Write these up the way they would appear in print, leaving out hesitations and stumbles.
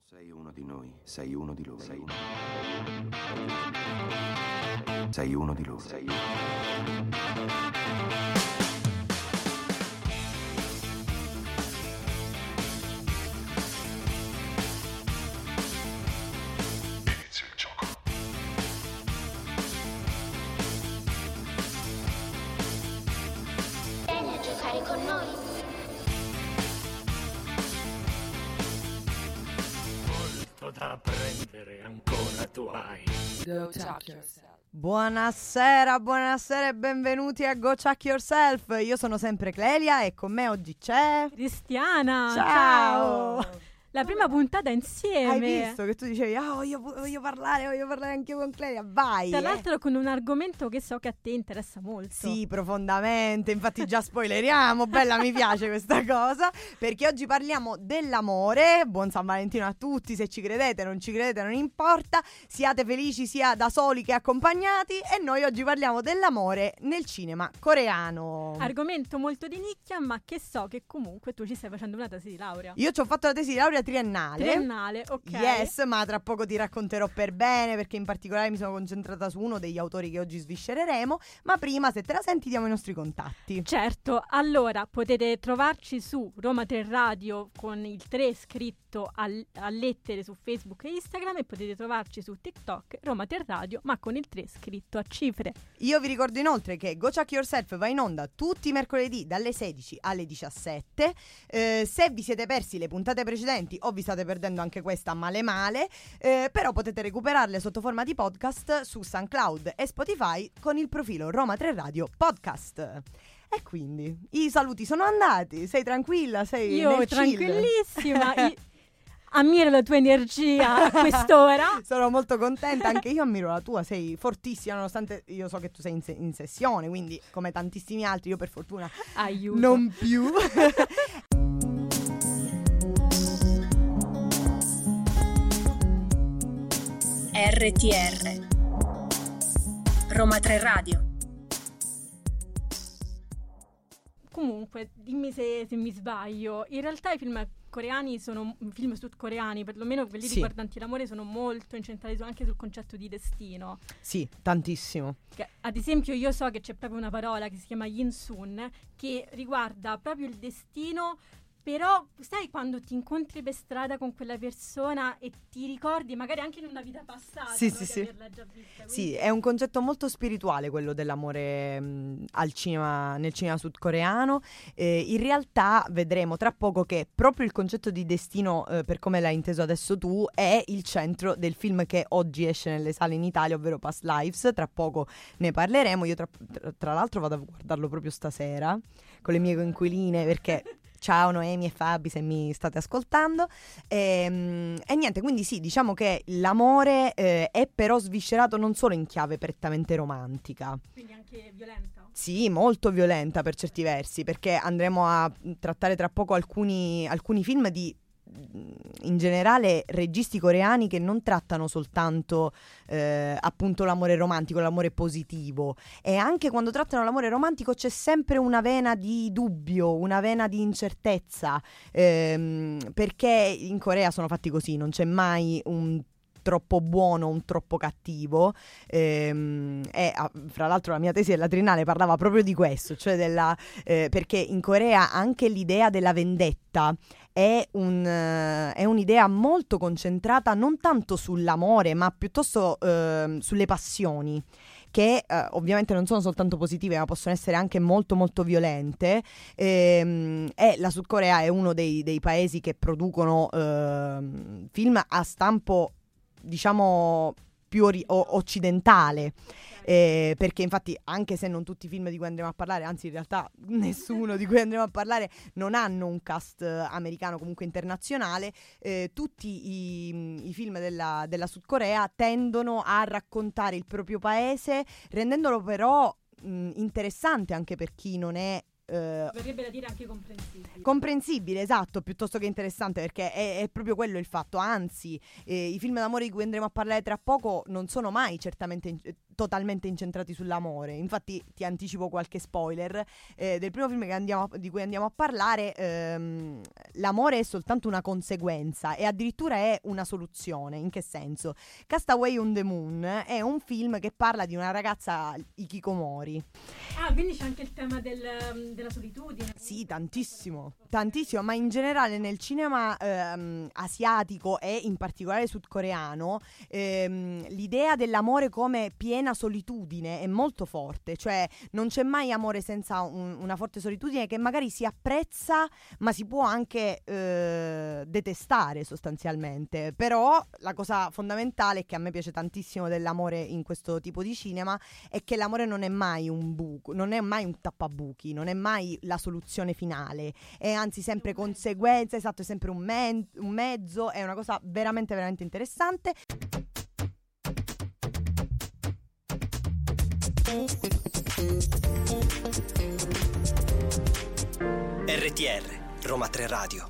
Sei uno di noi, sei uno di loro. Sei uno di loro. Inizia il gioco. Vieni a giocare con noi. Da apprendere ancora tu hai. Go talk yourself. Buonasera e benvenuti a Go Chuck Yourself. Io sono sempre Clelia e con me oggi c'è Cristiana, ciao. La prima puntata insieme. Hai visto che tu dicevi voglio parlare anche io con Clelia, vai. Tra l'altro con un argomento che so che a te interessa molto. Sì, profondamente, infatti già spoileriamo, bella, mi piace questa cosa, perché oggi parliamo dell'amore. Buon San Valentino a tutti, se ci credete, non ci credete, non importa, siate felici sia da soli che accompagnati, e noi oggi parliamo dell'amore nel cinema coreano. Argomento molto di nicchia, ma che so che comunque tu ci stai facendo una tesi di laurea. Io ci ho fatto la tesi di laurea triennale, ok. Yes, ma tra poco ti racconterò per bene, perché in particolare mi sono concentrata su uno degli autori che oggi sviscereremo. Ma prima, se te la senti, diamo i nostri contatti. Certo, allora potete trovarci su Roma 3 Radio con il 3 scritto a lettere su Facebook e Instagram, e potete trovarci su TikTok Roma 3 Radio ma con il 3 scritto a cifre. Io vi ricordo inoltre che Go Chuck Yourself va in onda tutti i mercoledì dalle 16 alle 17. Se vi siete persi le puntate precedenti o vi state perdendo anche questa male, però potete recuperarle sotto forma di podcast su SoundCloud e Spotify con il profilo Roma 3 Radio Podcast. E quindi i saluti sono andati. Sei tranquilla? Sei Io nel chill? tranquillissima. Ammiro la tua energia a quest'ora. Sono molto contenta, anche io ammiro la tua, sei fortissima, nonostante io so che tu sei in sessione, quindi come tantissimi altri, io per fortuna Aiuto. non più. RTR Roma 3 Radio. Comunque, dimmi se mi sbaglio. In realtà i film coreani film sudcoreani, perlomeno quelli Sì. riguardanti l'amore, sono molto incentrati anche sul concetto di destino. Sì, tantissimo. Che, ad esempio, io so che c'è proprio una parola che si chiama Yin-sun, che riguarda proprio il destino. Però sai quando ti incontri per strada con quella persona e ti ricordi magari anche in una vita passata, Sì, no, sì, di sì. averla già vista. Sì, è un concetto molto spirituale quello dell'amore al cinema, nel cinema sudcoreano. In realtà vedremo tra poco che proprio il concetto di destino, per come l'hai inteso adesso tu, è il centro del film che oggi esce nelle sale in Italia, ovvero Past Lives. Tra poco ne parleremo. Io tra l'altro vado a guardarlo proprio stasera con le mie coinquiline, perché... Ciao Noemi e Fabi, se mi state ascoltando. E niente, quindi sì, diciamo che l'amore è però sviscerato non solo in chiave prettamente romantica. Quindi anche violenta. Sì, molto violenta per certi versi, perché andremo a trattare tra poco alcuni film di... in generale registi coreani che non trattano soltanto appunto l'amore romantico, l'amore positivo, e anche quando trattano l'amore romantico c'è sempre una vena di dubbio, una vena di incertezza, perché in Corea sono fatti così, non c'è mai un troppo buono, un troppo cattivo, fra l'altro la mia tesi della triennale parlava proprio di questo, cioè perché in Corea anche l'idea della vendetta è un'idea molto concentrata non tanto sull'amore, ma piuttosto sulle passioni, che ovviamente non sono soltanto positive, ma possono essere anche molto molto violente. E la Sud Corea è uno dei paesi che producono film a stampo, diciamo, più occidentale. Perché infatti, anche se non tutti i film di cui andremo a parlare, anzi in realtà nessuno di cui andremo a parlare, non hanno un cast americano, comunque internazionale, tutti i film della Sud Corea tendono a raccontare il proprio paese, rendendolo però interessante anche per chi non è Verrebbe da dire anche comprensibile. Comprensibile, esatto, piuttosto che interessante, perché è proprio quello il fatto. Anzi, i film d'amore di cui andremo a parlare tra poco non sono mai certamente totalmente incentrati sull'amore. Infatti ti anticipo qualche spoiler del primo film di cui andiamo a parlare. L'amore è soltanto una conseguenza e addirittura è una soluzione. In che senso? Castaway on the Moon è un film che parla di una ragazza hikikomori. Quindi c'è anche il tema della solitudine. Sì, tantissimo, ma in generale nel cinema asiatico e in particolare sudcoreano l'idea dell'amore come piena solitudine è molto forte, cioè non c'è mai amore senza una forte solitudine che magari si apprezza ma si può anche detestare sostanzialmente. Però la cosa fondamentale, che a me piace tantissimo dell'amore in questo tipo di cinema, è che l'amore non è mai un buco, non è mai un tappabuchi, non è mai la soluzione finale, è anzi sempre conseguenza, esatto, è sempre un mezzo, è una cosa veramente veramente interessante. RTR, Roma 3 Radio.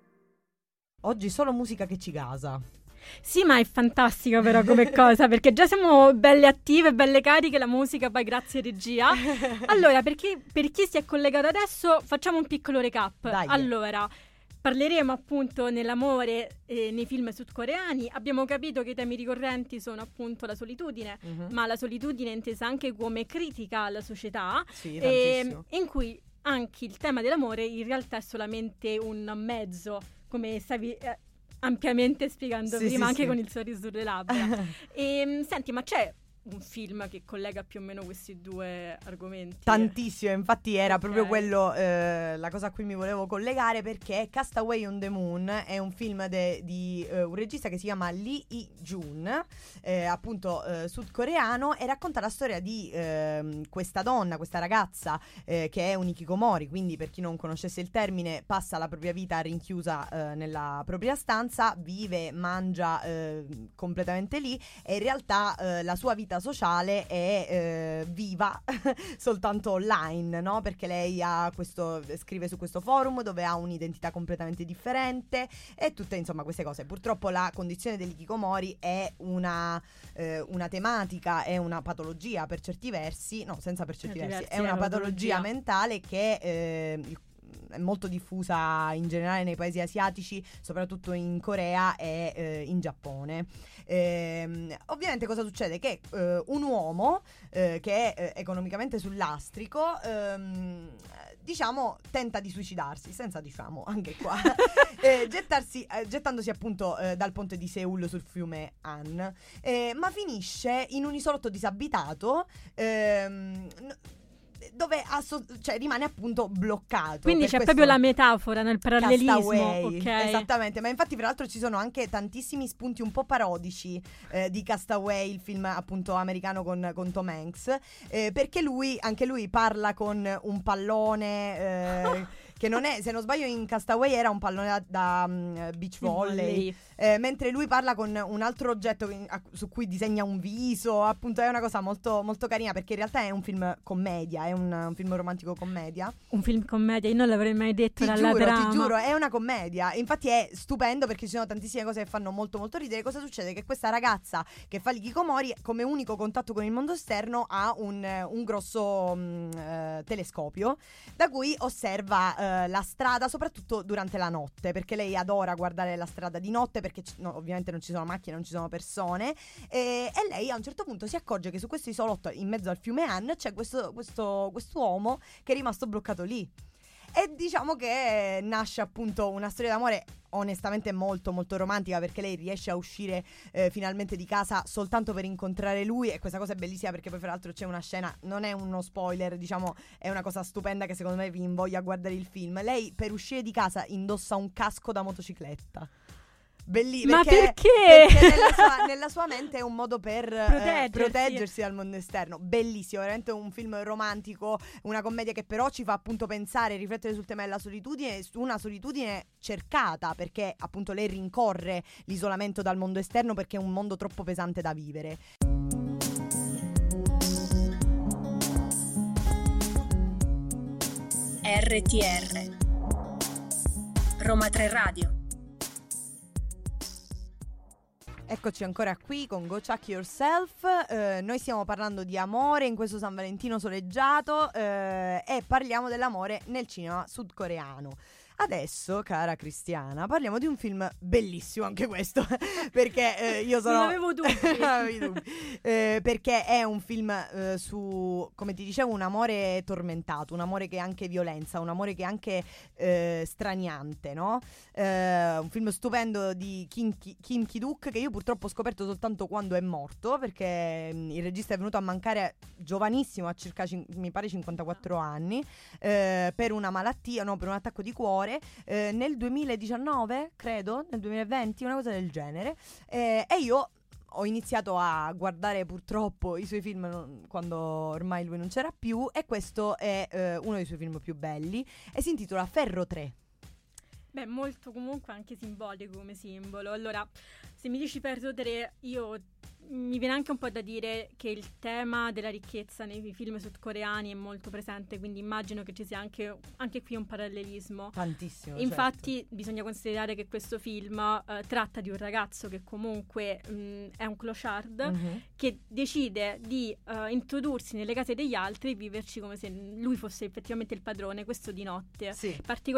Oggi solo musica che ci gasa. Sì, ma è fantastica però come cosa, perché già siamo belle attive, belle cariche, la musica, poi grazie regia. Allora, per chi si è collegato adesso, facciamo un piccolo recap. Dai. Allora, parleremo appunto nell'amore nei film sudcoreani. Abbiamo capito che i temi ricorrenti sono appunto la solitudine, ma la solitudine è intesa anche come critica alla società, sì, tantissimo. in cui anche il tema dell'amore in realtà è solamente un mezzo, come stavi ampiamente spiegando prima, anche con il sorriso sulle labbra. Senti, ma c'è un film che collega più o meno questi due argomenti? Tantissimo, infatti era proprio quello la cosa a cui mi volevo collegare, perché Castaway on the Moon è un film di un regista che si chiama Lee Hee-jun, appunto sudcoreano, e racconta la storia di questa donna, questa ragazza che è un hikikomori, quindi per chi non conoscesse il termine passa la propria vita rinchiusa nella propria stanza, vive, mangia completamente lì, e in realtà la sua vita sociale è viva soltanto online, no? Perché lei scrive su questo forum dove ha un'identità completamente differente e tutte, insomma, queste cose. Purtroppo la condizione dell'ikikomori è una tematica, è una patologia per certi versi, no, senza per certi versi, è una patologia mentale che è molto diffusa in generale nei paesi asiatici, soprattutto in Corea e in Giappone. Ovviamente cosa succede? Che un uomo che è economicamente sul lastrico diciamo tenta di suicidarsi, senza diciamo anche qua gettandosi appunto dal ponte di Seul sul fiume Han, ma finisce in un isolotto disabitato dove cioè rimane appunto bloccato. Quindi c'è proprio la metafora nel parallelismo. Castaway, okay. Esattamente, ma infatti fra l'altro ci sono anche tantissimi spunti un po' parodici di Castaway, il film appunto americano con Tom Hanks, perché anche lui parla con un pallone che non è, se non sbaglio in Castaway era un pallone da beach volley. Mentre lui parla con un altro oggetto su cui disegna un viso, appunto è una cosa molto, molto carina, perché in realtà è un film commedia, è un film romantico commedia. Un film commedia, io non l'avrei mai detto Ti trama. giuro, è una commedia. Infatti è stupendo perché ci sono tantissime cose che fanno molto molto ridere. Cosa succede? Che questa ragazza che fa l'ikikomori, come unico contatto con il mondo esterno, ha un grosso telescopio da cui osserva la strada, soprattutto durante la notte, perché lei adora guardare la strada di notte, perché ovviamente non ci sono macchine, non ci sono persone, e lei a un certo punto si accorge che su questo isolotto in mezzo al fiume Han c'è questo uomo che è rimasto bloccato lì, e diciamo che nasce appunto una storia d'amore onestamente molto molto romantica, perché lei riesce a uscire finalmente di casa soltanto per incontrare lui, e questa cosa è bellissima perché poi fra l'altro c'è una scena, non è uno spoiler, diciamo è una cosa stupenda che secondo me vi invoglia a guardare il film. Lei per uscire di casa indossa un casco da motocicletta. Bellissimo. Ma perché? Perché nella sua mente è un modo per proteggersi dal mondo esterno. Bellissimo, veramente un film romantico, una commedia che però ci fa appunto pensare e riflettere sul tema della solitudine, su una solitudine cercata, perché appunto lei rincorre l'isolamento dal mondo esterno perché è un mondo troppo pesante da vivere. RTR Roma 3 Radio. Eccoci ancora qui con Go Chuck Yourself. Noi stiamo parlando di amore in questo San Valentino soleggiato e parliamo dell'amore nel cinema sudcoreano. Adesso, cara Cristiana, parliamo di un film bellissimo anche questo, perché io sono... Non avevo dubbi. Perché è un film su, come ti dicevo, un amore tormentato, un amore che è anche violenza, un amore che è anche straniante, no? Un film stupendo di Kim Ki-duk, che io purtroppo ho scoperto soltanto quando è morto, perché il regista è venuto a mancare giovanissimo, a circa mi pare 54 anni, per una malattia, no, per un attacco di cuore, nel 2019, credo, nel 2020, una cosa del genere, e io ho iniziato a guardare purtroppo i suoi film quando ormai lui non c'era più, e questo è uno dei suoi film più belli, e si intitola Ferro 3. Beh, molto comunque anche simbolico come simbolo. Allora, se mi dici Ferro 3, mi viene anche un po' da dire che il tema della ricchezza nei film sudcoreani è molto presente, quindi immagino che ci sia anche qui un parallelismo. Tantissimo. Infatti, certo. Bisogna considerare che questo film tratta di un ragazzo che comunque è un clochard, che decide di introdursi nelle case degli altri e viverci come se lui fosse effettivamente il padrone, questo di notte. Sì.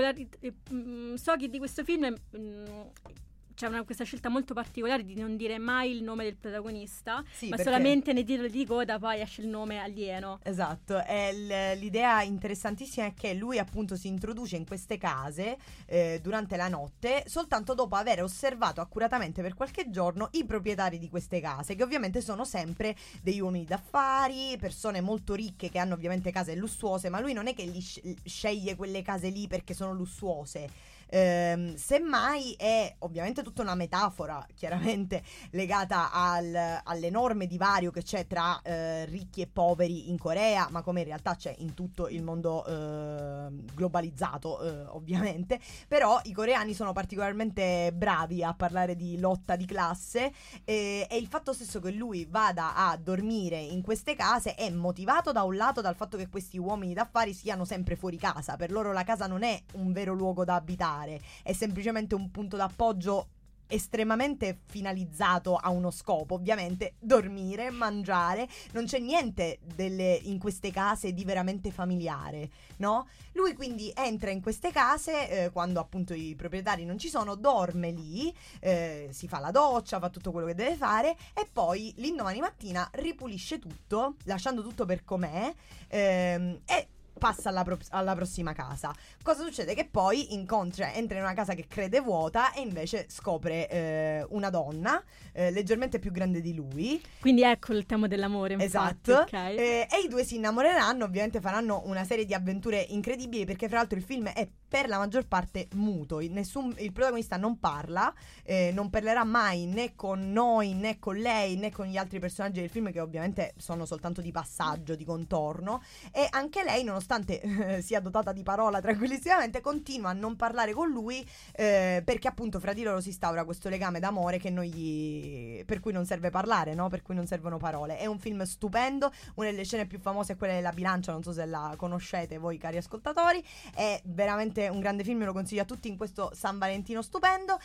So che di questo film c'è questa scelta molto particolare di non dire mai il nome del protagonista, sì, ma perché... solamente nei titoli di coda poi esce il nome alieno. Esatto, l'idea interessantissima è che lui appunto si introduce in queste case durante la notte, soltanto dopo aver osservato accuratamente per qualche giorno i proprietari di queste case, che ovviamente sono sempre degli uomini d'affari, persone molto ricche che hanno ovviamente case lussuose, ma lui non è che sceglie quelle case lì perché sono lussuose. Semmai è ovviamente tutta una metafora chiaramente legata all'enorme divario che c'è tra ricchi e poveri in Corea, ma come in realtà c'è in tutto il mondo globalizzato, ovviamente. Però i coreani sono particolarmente bravi a parlare di lotta di classe, e il fatto stesso che lui vada a dormire in queste case è motivato da un lato dal fatto che questi uomini d'affari siano sempre fuori casa. Per loro la casa non è un vero luogo da abitare, è semplicemente un punto d'appoggio estremamente finalizzato a uno scopo, ovviamente dormire, mangiare. Non c'è niente in queste case di veramente familiare, no? Lui quindi entra in queste case quando appunto i proprietari non ci sono, dorme lì, si fa la doccia, fa tutto quello che deve fare, e poi l'indomani mattina ripulisce tutto, lasciando tutto per com'è, e passa alla prossima casa. Cosa succede? Che poi entra in una casa che crede vuota e invece scopre una donna leggermente più grande di lui. Quindi ecco il tema dell'amore, infatti. Esatto. Okay. E i due si innamoreranno, ovviamente faranno una serie di avventure incredibili, perché fra l'altro il film è per la maggior parte muto. Il protagonista non parla, non parlerà mai né con noi, né con lei, né con gli altri personaggi del film, che ovviamente sono soltanto di passaggio, di contorno, e anche lei, nonostante sia dotata di parola tranquillissimamente, continua a non parlare con lui, perché appunto fra di loro si instaura questo legame d'amore per cui non serve parlare, no? Per cui non servono parole. È un film stupendo, una delle scene più famose è quella della bilancia, non so se la conoscete voi cari ascoltatori. È veramente un grande film, lo consiglio a tutti in questo San Valentino stupendo.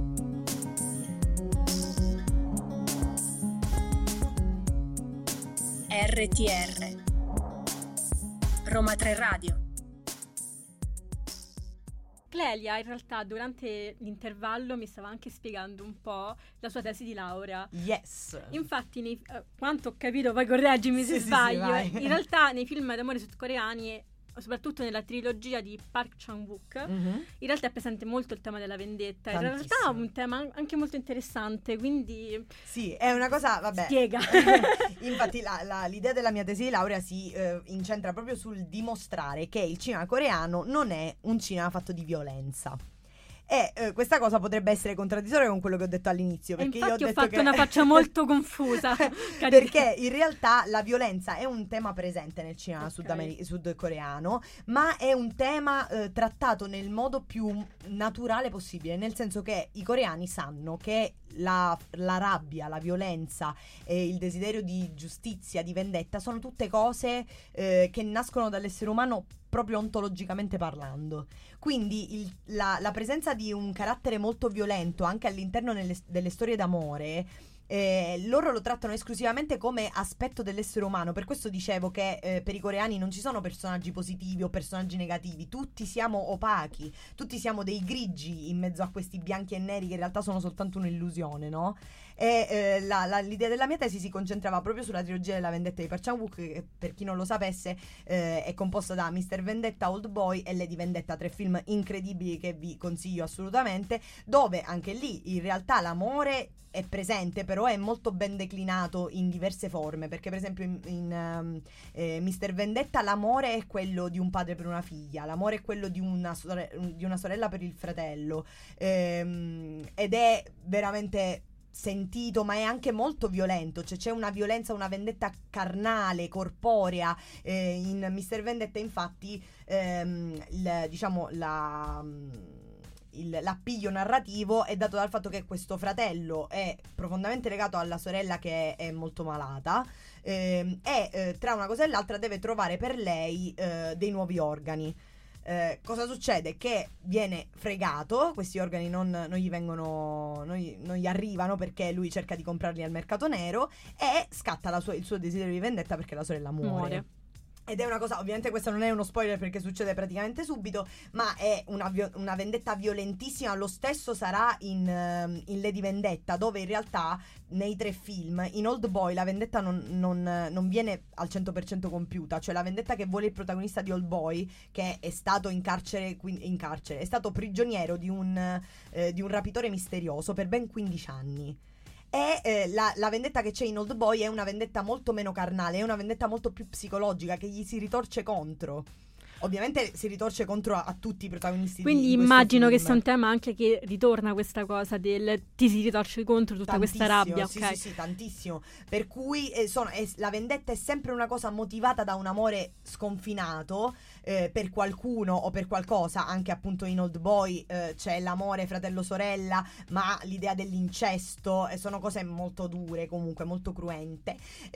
RTR Roma 3 Radio. Clelia in realtà durante l'intervallo mi stava anche spiegando un po' la sua tesi di laurea. Yes. Infatti quanto ho capito, poi correggimi se sbaglio, in realtà nei film d'amore sudcoreani, soprattutto nella trilogia di Park Chan-wook, in realtà è presente molto il tema della vendetta. Tantissimo. In realtà è un tema anche molto interessante, quindi sì, è una cosa, vabbè, spiega. Infatti l'idea della mia tesi di laurea si incentra proprio sul dimostrare che il cinema coreano non è un cinema fatto di violenza. E questa cosa potrebbe essere contraddittoria con quello che ho detto all'inizio, perché infatti io ho fatto una faccia molto confusa. Perché in realtà la violenza è un tema presente nel cinema sudcoreano, ma è un tema trattato nel modo più naturale possibile, nel senso che i coreani sanno che la rabbia, la violenza e il desiderio di giustizia, di vendetta sono tutte cose che nascono dall'essere umano proprio ontologicamente parlando. Quindi la presenza di un carattere molto violento anche all'interno delle storie d'amore, loro lo trattano esclusivamente come aspetto dell'essere umano. Per questo dicevo che per i coreani non ci sono personaggi positivi o personaggi negativi, tutti siamo opachi, tutti siamo dei grigi in mezzo a questi bianchi e neri che in realtà sono soltanto un'illusione, no? E l'idea della mia tesi si concentrava proprio sulla trilogia della vendetta di Park Chan-wook, che per chi non lo sapesse è composta da Mr. Vendetta, Old Boy e Lady Vendetta, 3 film incredibili che vi consiglio assolutamente, dove anche lì in realtà l'amore è presente, però è molto ben declinato in diverse forme, perché per esempio in Mr. Vendetta l'amore è quello di un padre per una figlia, l'amore è quello di una sorella per il fratello, ed è veramente sentito, ma è anche molto violento, cioè c'è una violenza, una vendetta carnale, corporea. In Mr. Vendetta infatti l'appiglio narrativo è dato dal fatto che questo fratello è profondamente legato alla sorella che è molto malata, e tra una cosa e l'altra deve trovare per lei dei nuovi organi. Cosa succede? Che viene fregato, questi organi non gli arrivano perché lui cerca di comprarli al mercato nero, e scatta il suo desiderio di vendetta perché la sorella muore. Ed è una cosa, ovviamente questo non è uno spoiler perché succede praticamente subito, ma è una vendetta violentissima. Lo stesso sarà in Lady Vendetta, dove in realtà nei 3 film, in Old Boy la vendetta non viene al 100% compiuta. Cioè la vendetta che vuole il protagonista di Old Boy, che è stato in carcere, è stato prigioniero di un rapitore misterioso per ben 15 anni. E la vendetta che c'è in Old Boy è una vendetta molto meno carnale, è una vendetta molto più psicologica, che gli si ritorce contro. Ovviamente si ritorce contro a tutti i protagonisti. Quindi immagino che sia un tema anche che ritorna questa cosa del ti si ritorce contro tutta questa rabbia. Sì, okay. sì, tantissimo. Per cui la vendetta è sempre una cosa motivata da un amore sconfinato per qualcuno o per qualcosa. Anche appunto in Old Boy c'è l'amore fratello-sorella, ma l'idea dell'incesto, sono cose molto dure, comunque molto cruente.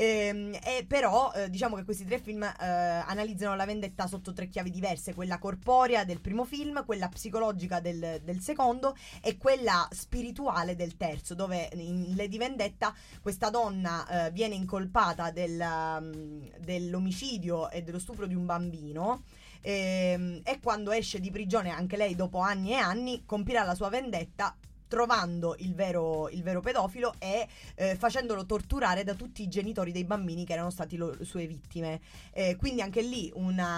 Però diciamo che questi 3 film analizzano la vendetta sotto 3 chiavi diverse: quella corporea del primo film, quella psicologica del secondo e quella spirituale del terzo, dove in Lady Vendetta questa donna viene incolpata dell'omicidio e dello stupro di un bambino, e quando esce di prigione, anche lei dopo anni e anni, compirà la sua vendetta trovando il vero pedofilo e facendolo torturare da tutti i genitori dei bambini che erano stati sue vittime. Quindi anche lì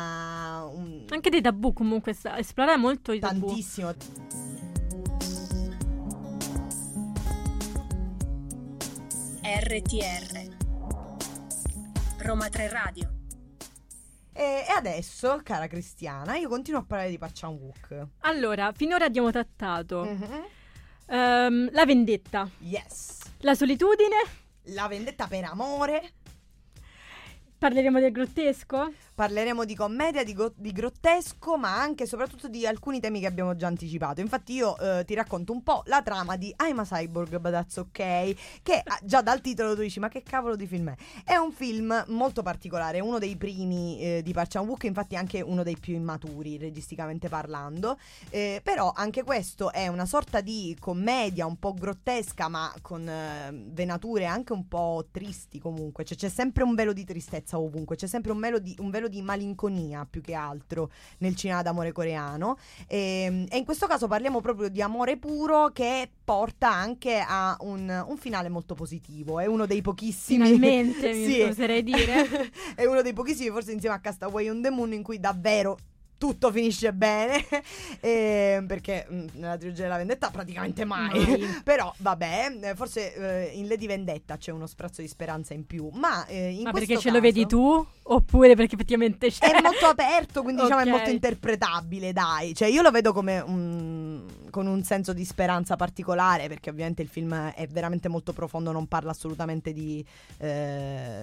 anche dei tabù, comunque esplora molto i tabù. Tantissimo. RTR Roma 3 Radio. E adesso, cara Cristiana, io continuo a parlare di Park Chan-wook. Allora, finora abbiamo trattato la vendetta, Yes. la solitudine, La vendetta per amore. parleremo del grottesco. Parleremo di commedia, di grottesco, ma anche e soprattutto di alcuni temi che abbiamo già anticipato. Infatti io ti racconto un po' la trama di I'm a Cyborg But That's Okay, che già dal titolo tu dici ma che cavolo di film è? È un film molto particolare, uno dei primi di Park Chan-wook, infatti anche uno dei più immaturi registicamente parlando, però anche questo è una sorta di commedia un po' grottesca, ma con venature anche un po' tristi comunque. Cioè c'è sempre un velo di tristezza ovunque, c'è sempre un velo di malinconia più che altro nel cinema d'amore coreano, e in questo caso parliamo proprio di amore puro che porta anche a un finale molto positivo. È uno dei pochissimi, finalmente sì, mi oserei dire è uno dei pochissimi, forse insieme a Castaway on the Moon, in cui davvero tutto finisce bene, perché nella trilogia della vendetta praticamente mai. Però vabbè, forse in Lady Vendetta c'è uno sprazzo di speranza in più, ma in questo perché ce caso lo vedi tu oppure perché effettivamente c'è? È molto aperto, quindi diciamo è Ok. molto interpretabile, dai. Cioè io lo vedo come con un senso di speranza particolare, perché ovviamente il film è veramente molto profondo, non parla assolutamente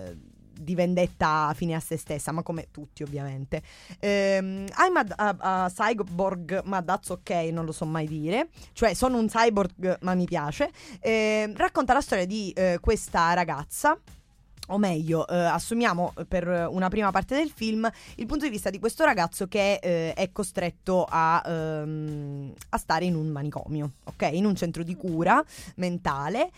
di vendetta fine a se stessa, ma come tutti ovviamente. I'm a cyborg, ma that's ok, non lo so mai dire, cioè sono un cyborg ma mi piace. Racconta la storia di questa ragazza, o meglio, assumiamo per una prima parte del film il punto di vista di questo ragazzo che è costretto a stare in un manicomio, ok? In un centro di cura mentale,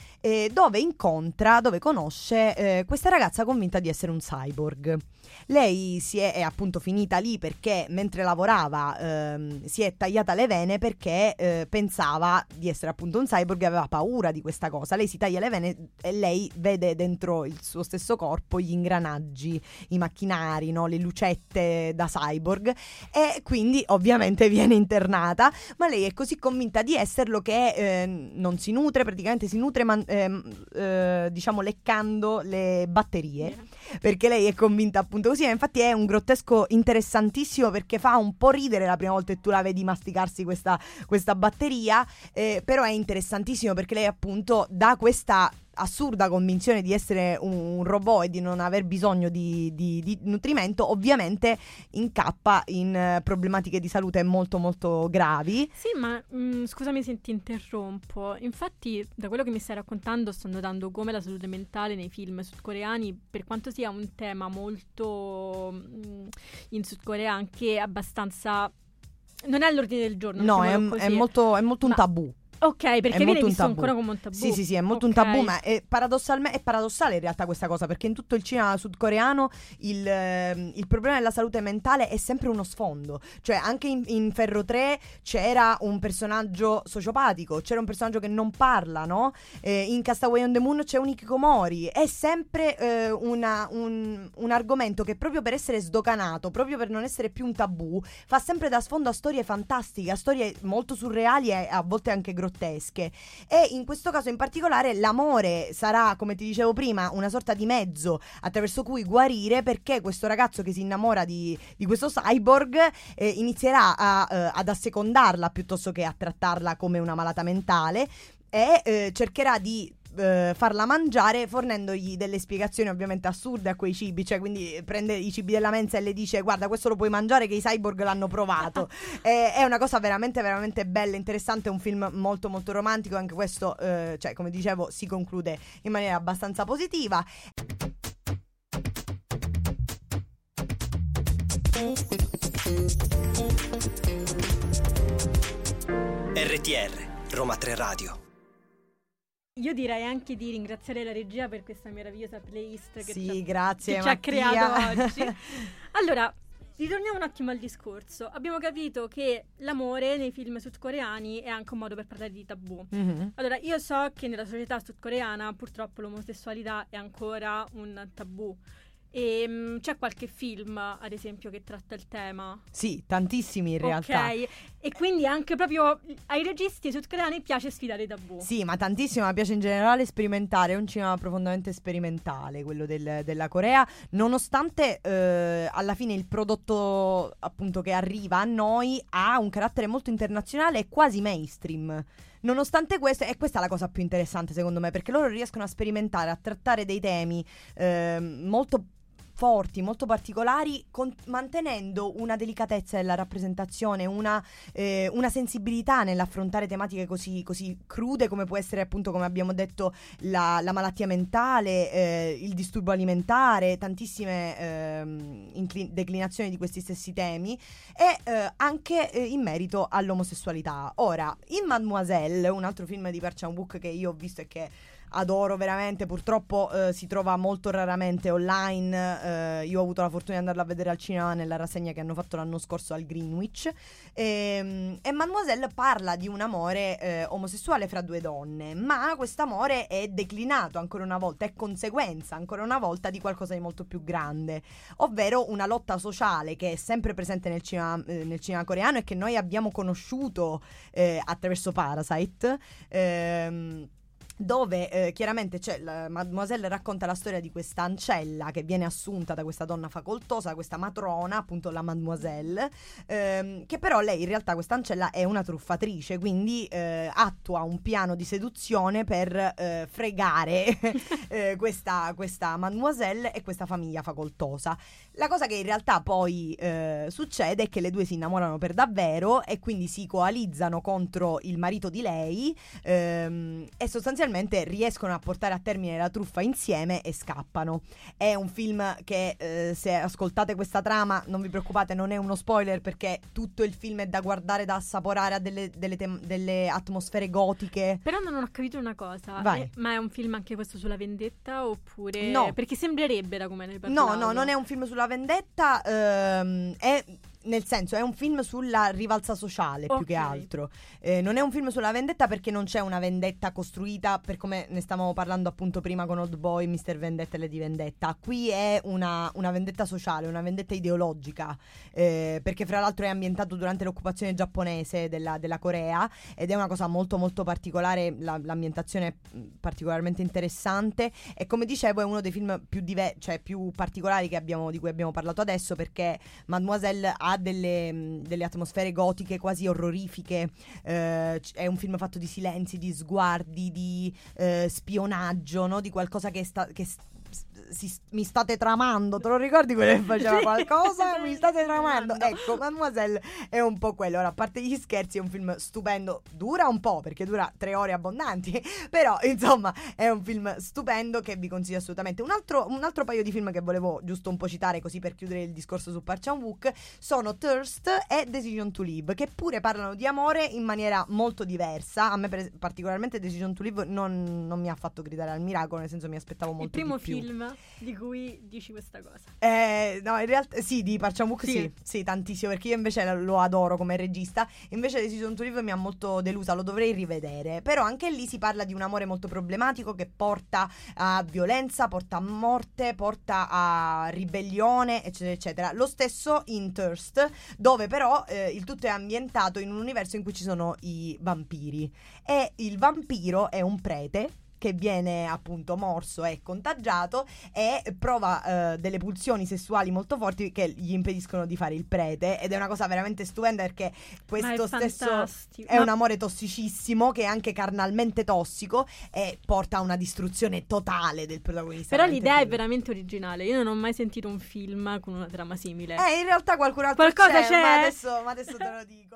dove conosce questa ragazza convinta di essere un cyborg. Lei è appunto finita lì perché mentre lavorava si è tagliata le vene perché pensava di essere appunto un cyborg e aveva paura di questa cosa. Lei si taglia le vene e lei vede dentro il suo stesso corpo gli ingranaggi, i macchinari, no? Le lucette da cyborg, e quindi ovviamente viene internata, ma lei è così convinta di esserlo che non si nutre, praticamente si nutre diciamo leccando le batterie, perché lei è convinta appunto così. Infatti è un grottesco interessantissimo perché fa un po' ridere la prima volta che tu la vedi masticarsi questa batteria, però è interessantissimo perché lei appunto dà questa assurda convinzione di essere un robot e di non aver bisogno di nutrimento, ovviamente incappa in problematiche di salute molto molto gravi. Sì, ma scusami se ti interrompo. Infatti, da quello che mi stai raccontando, sto notando come la salute mentale nei film sudcoreani, per quanto sia un tema molto in Sud Corea anche abbastanza, non è all'ordine del giorno. No, è molto un tabù. Ok, perché viene visto ancora come un tabù. Sì, è molto un tabù, ma è paradossale in realtà questa cosa, perché in tutto il cinema sudcoreano il problema della salute mentale è sempre uno sfondo. Cioè anche in Ferro 3 c'era un personaggio sociopatico, c'era un personaggio che non parla, no? In Castaway on the Moon c'è un hikikomori. È sempre un argomento che proprio per essere sdocanato, proprio per non essere più un tabù, fa sempre da sfondo a storie fantastiche, a storie molto surreali e a volte anche grottesche. E in questo caso in particolare l'amore sarà, come ti dicevo prima, una sorta di mezzo attraverso cui guarire, perché questo ragazzo che si innamora di questo cyborg inizierà ad assecondarla piuttosto che a trattarla come una malata mentale, e cercherà di farla mangiare fornendogli delle spiegazioni ovviamente assurde a quei cibi, cioè quindi prende i cibi della mensa e le dice: guarda, questo lo puoi mangiare che i cyborg l'hanno provato. È una cosa veramente veramente bella, interessante, è un film molto molto romantico, anche questo cioè come dicevo si conclude in maniera abbastanza positiva. RTR Roma 3 Radio. Io direi anche di ringraziare la regia per questa meravigliosa playlist che grazie, ci ha creato oggi. Allora, ritorniamo un attimo al discorso. Abbiamo capito che l'amore nei film sudcoreani è anche un modo per parlare di tabù. Mm-hmm. Allora, io so che nella società sudcoreana purtroppo l'omosessualità è ancora un tabù. E c'è qualche film, ad esempio, che tratta il tema? Sì, tantissimi in realtà. Ok, e quindi anche proprio ai registi sudcoreani piace sfidare i tabù. Sì, ma tantissimo, mi piace in generale sperimentare, è un cinema profondamente sperimentale quello della Corea, nonostante alla fine il prodotto appunto che arriva a noi ha un carattere molto internazionale e quasi mainstream. Nonostante questo, e questa è la cosa più interessante secondo me, perché loro riescono a sperimentare, a trattare dei temi molto forti, molto particolari, mantenendo una delicatezza della rappresentazione, una sensibilità nell'affrontare tematiche così crude come può essere appunto, come abbiamo detto, la malattia mentale, il disturbo alimentare, tantissime declinazioni di questi stessi temi, e anche in merito all'omosessualità. Ora, in Mademoiselle, un altro film di Park Chan-wook che io ho visto e che adoro veramente, purtroppo si trova molto raramente online, io ho avuto la fortuna di andarlo a vedere al cinema nella rassegna che hanno fatto l'anno scorso al Greenwich, e Mademoiselle parla di un amore omosessuale fra due donne, ma quest'amore è declinato ancora una volta, è conseguenza ancora una volta di qualcosa di molto più grande, ovvero una lotta sociale che è sempre presente nel cinema coreano e che noi abbiamo conosciuto attraverso Parasite, dove chiaramente Mademoiselle racconta la storia di questa ancella che viene assunta da questa donna facoltosa, questa matrona, appunto la Mademoiselle, che però lei in realtà, questa ancella, è una truffatrice, quindi attua un piano di seduzione per fregare questa Mademoiselle e questa famiglia facoltosa. La cosa che in realtà poi succede è che le due si innamorano per davvero e quindi si coalizzano contro il marito di lei, e sostanzialmente riescono a portare a termine la truffa insieme e scappano. È un film che, se ascoltate questa trama, non vi preoccupate, non è uno spoiler, perché tutto il film è da guardare, da assaporare, a delle atmosfere gotiche. Però non ho capito una cosa. Vai. Ma è un film anche questo sulla vendetta oppure... No. Perché sembrerebbe da come ne parlavo. No, non è un film sulla vendetta, è... Nel senso, è un film sulla rivalsa sociale, più che altro. Non è un film sulla vendetta, perché non c'è una vendetta costruita, per come ne stavamo parlando appunto prima con Old Boy, Mr. Vendetta e Lady Vendetta. Qui è una vendetta sociale, una vendetta ideologica, perché fra l'altro è ambientato durante l'occupazione giapponese della Corea, ed è una cosa molto molto particolare. L'ambientazione è particolarmente interessante, e come dicevo è uno dei film più particolari di cui abbiamo parlato adesso, perché Mademoiselle ha delle atmosfere gotiche quasi orrorifiche. È un film fatto di silenzi, di sguardi, di spionaggio, no? Di qualcosa mi state tramando, te lo ricordi quello che faceva qualcosa? Mi state tramando. Ecco, Mademoiselle è un po' quello. Ora, a parte gli scherzi, è un film stupendo. Dura un po', perché dura 3 ore abbondanti, però insomma è un film stupendo che vi consiglio assolutamente. Un altro paio di film che volevo giusto un po' citare, così per chiudere il discorso su Park Chan-wook, sono Thirst e Decision to Live, che pure parlano di amore in maniera molto diversa. A me particolarmente Decision to Live non mi ha fatto gridare al miracolo, nel senso mi aspettavo molto di più. Il primo film di cui dici questa cosa? No, in realtà sì, di Park Chan-wook sì, tantissimo, perché io invece lo adoro come regista. Invece Decision to Live mi ha molto delusa, lo dovrei rivedere. Però anche lì si parla di un amore molto problematico, che porta a violenza, porta a morte, porta a ribellione, eccetera eccetera. Lo stesso in Thirst, dove però il tutto è ambientato in un universo in cui ci sono i vampiri, e il vampiro è un prete che viene appunto morso e contagiato, e prova delle pulsioni sessuali molto forti che gli impediscono di fare il prete, ed è una cosa veramente stupenda, perché questo stesso è un amore tossicissimo, che è anche carnalmente tossico, e porta a una distruzione totale del protagonista. Però l'idea è veramente originale. Io non ho mai sentito un film con una trama simile. In realtà qualcun altro qualcosa c'è. Ma adesso te lo dico.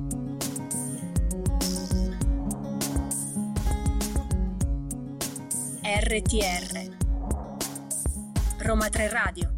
RTR Roma 3 Radio.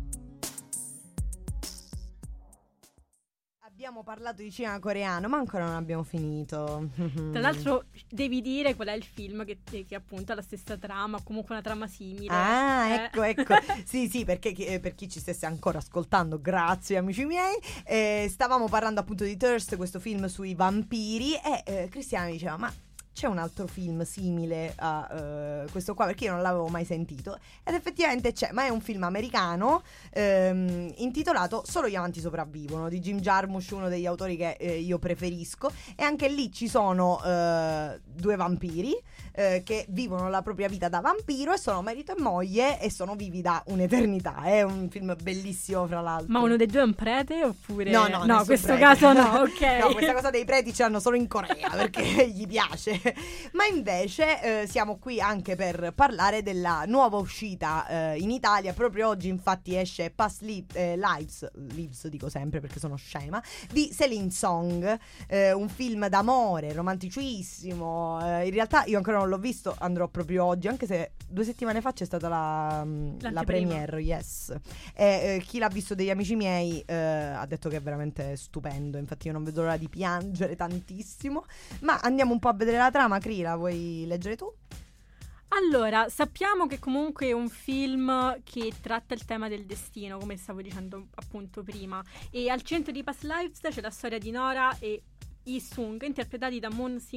Abbiamo parlato di cinema coreano, ma ancora non abbiamo finito. Tra l'altro devi dire qual è il film che appunto ha la stessa trama, o comunque una trama simile. Ecco. Sì, perché per chi ci stesse ancora ascoltando, grazie amici miei, stavamo parlando appunto di Thirst, questo film sui vampiri, e Cristiana mi diceva: ma c'è un altro film simile a questo qua, perché io non l'avevo mai sentito, ed effettivamente c'è, ma è un film americano intitolato Solo gli amanti sopravvivono, di Jim Jarmusch, uno degli autori che io preferisco, e anche lì ci sono 2 vampiri che vivono la propria vita da vampiro, e sono marito e moglie, e sono vivi da un'eternità. È un film bellissimo, fra l'altro. Ma uno dei 2 è un prete oppure? No, in questo caso no, ok. No, questa cosa dei preti ce l'hanno solo in Corea, perché gli piace. Ma invece siamo qui anche per parlare della nuova uscita in Italia. Proprio oggi infatti esce Past Lives, dico sempre perché sono scema, di Celine Song, un film d'amore romanticissimo. In realtà io ancora non l'ho visto, andrò proprio oggi, anche se 2 settimane fa c'è stata la premiere, yes. Chi l'ha visto degli amici miei ha detto che è veramente stupendo, infatti io non vedo l'ora di piangere tantissimo. Ma andiamo un po' a vedere la trama. Cri, la vuoi leggere tu? Allora, sappiamo che comunque è un film che tratta il tema del destino, come stavo dicendo appunto prima, e al centro di Past Lives c'è la storia di Nora e Yi Sung, interpretati da Moon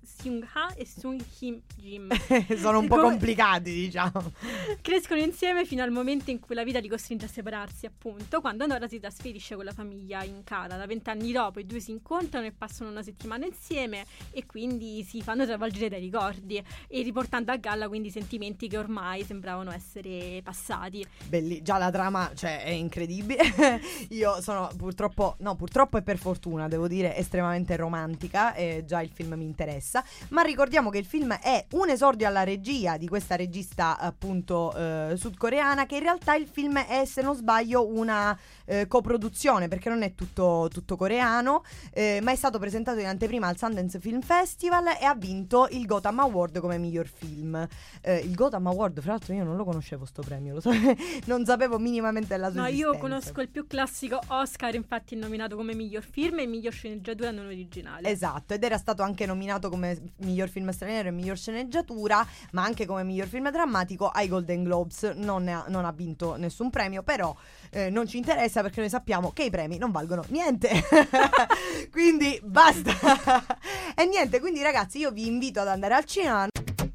Seung-ha e Sung-Him Jim. Sono un po' complicati, diciamo. Crescono insieme fino al momento in cui la vita li costringe a separarsi, appunto, quando Nora si trasferisce con la famiglia in Canada. 20 anni dopo i due si incontrano e passano una settimana insieme e quindi si fanno travolgere dai ricordi e riportando a galla quindi sentimenti che ormai sembravano essere passati. Già la trama, cioè, è incredibile. Io sono purtroppo e per fortuna, devo dire, estremamente romantica e già il film mi interessa. Ma ricordiamo che il film è un esordio alla regia di questa regista appunto sudcoreana, che in realtà il film è, se non sbaglio, una coproduzione, perché non è tutto coreano, ma è stato presentato in anteprima al Sundance Film Festival e ha vinto il Gotham Award come miglior film. Il Gotham Award, fra l'altro, io non lo conoscevo sto premio, non sapevo minimamente della sua esistenza. Io conosco il più classico Oscar, infatti è nominato come miglior film e miglior sceneggiatura non originale. Esatto, ed era stato anche nominato come miglior film straniero e miglior sceneggiatura, ma anche come miglior film drammatico ai Golden Globes. Non ha vinto nessun premio, però non ci interessa, perché noi sappiamo che i premi non valgono niente. Quindi basta. E niente, quindi ragazzi, io vi invito ad andare al cinema.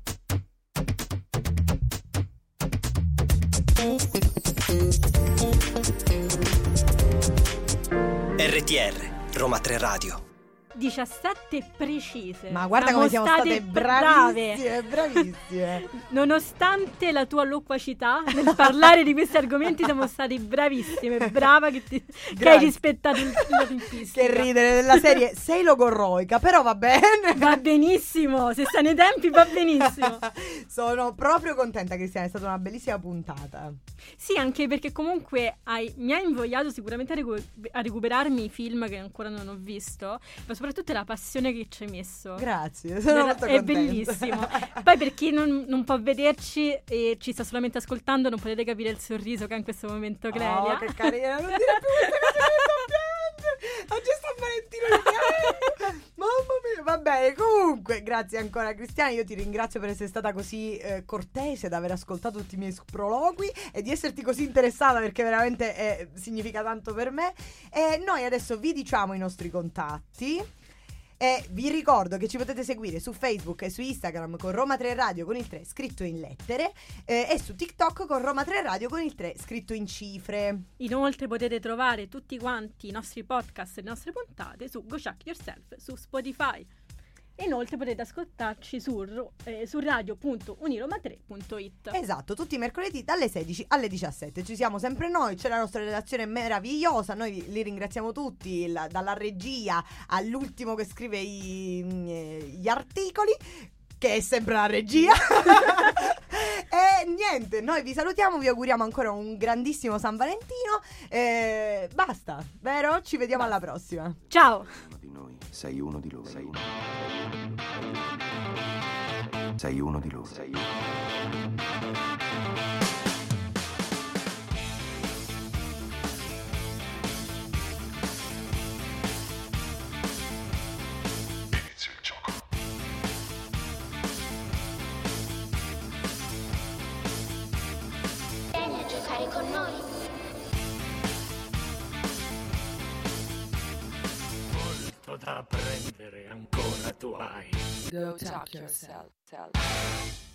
RTR Roma 3 Radio. 17 precise. Ma guarda come siamo state bravissime. Nonostante la tua loquacità nel parlare di questi argomenti, siamo state bravissime. Brava che hai rispettato la tempistica. Che ridere, della serie sei logorroica, però va bene. Va benissimo, se sta nei tempi va benissimo. Sono proprio contenta, Cristiana, è stata una bellissima puntata. Sì, anche perché comunque mi hai invogliato sicuramente a recuperarmi i film che ancora non ho visto, ma soprattutto la passione che ci hai messo. Grazie, sono molto contenta. È bellissimo. Poi per chi non può vederci e ci sta solamente ascoltando, non potete capire il sorriso che ha in questo momento Clelia. Oh, che carina, non dire più queste cose, mi sto piangendo. Oggi sta Valentino di piangere. Mamma mia, va bene. Comunque, grazie ancora Cristiana, io ti ringrazio per essere stata così cortese, da aver ascoltato tutti i miei sproloqui e di esserti così interessata, perché veramente significa tanto per me. E noi adesso vi diciamo i nostri contatti. E vi ricordo che ci potete seguire su Facebook e su Instagram con Roma 3 Radio con il 3 scritto in lettere, e su TikTok con Roma 3 Radio con il 3 scritto in cifre. Inoltre potete trovare tutti quanti i nostri podcast e le nostre puntate su Go Check Yourself su Spotify. E inoltre potete ascoltarci su radio.uniroma3.it. Esatto, tutti i mercoledì dalle 16 alle 17. Ci siamo sempre noi, c'è la nostra redazione meravigliosa. Noi li ringraziamo tutti, dalla regia all'ultimo che scrive gli articoli, che è sempre la regia. E niente, noi vi salutiamo, vi auguriamo ancora un grandissimo San Valentino. Basta, vero? Ci vediamo alla prossima. Ciao. Uno di noi, sei uno di loro. Sei uno di loro. Inizia il gioco. Vieni a giocare con noi. Molto da apprendere ancora tu hai. Go talk yourself.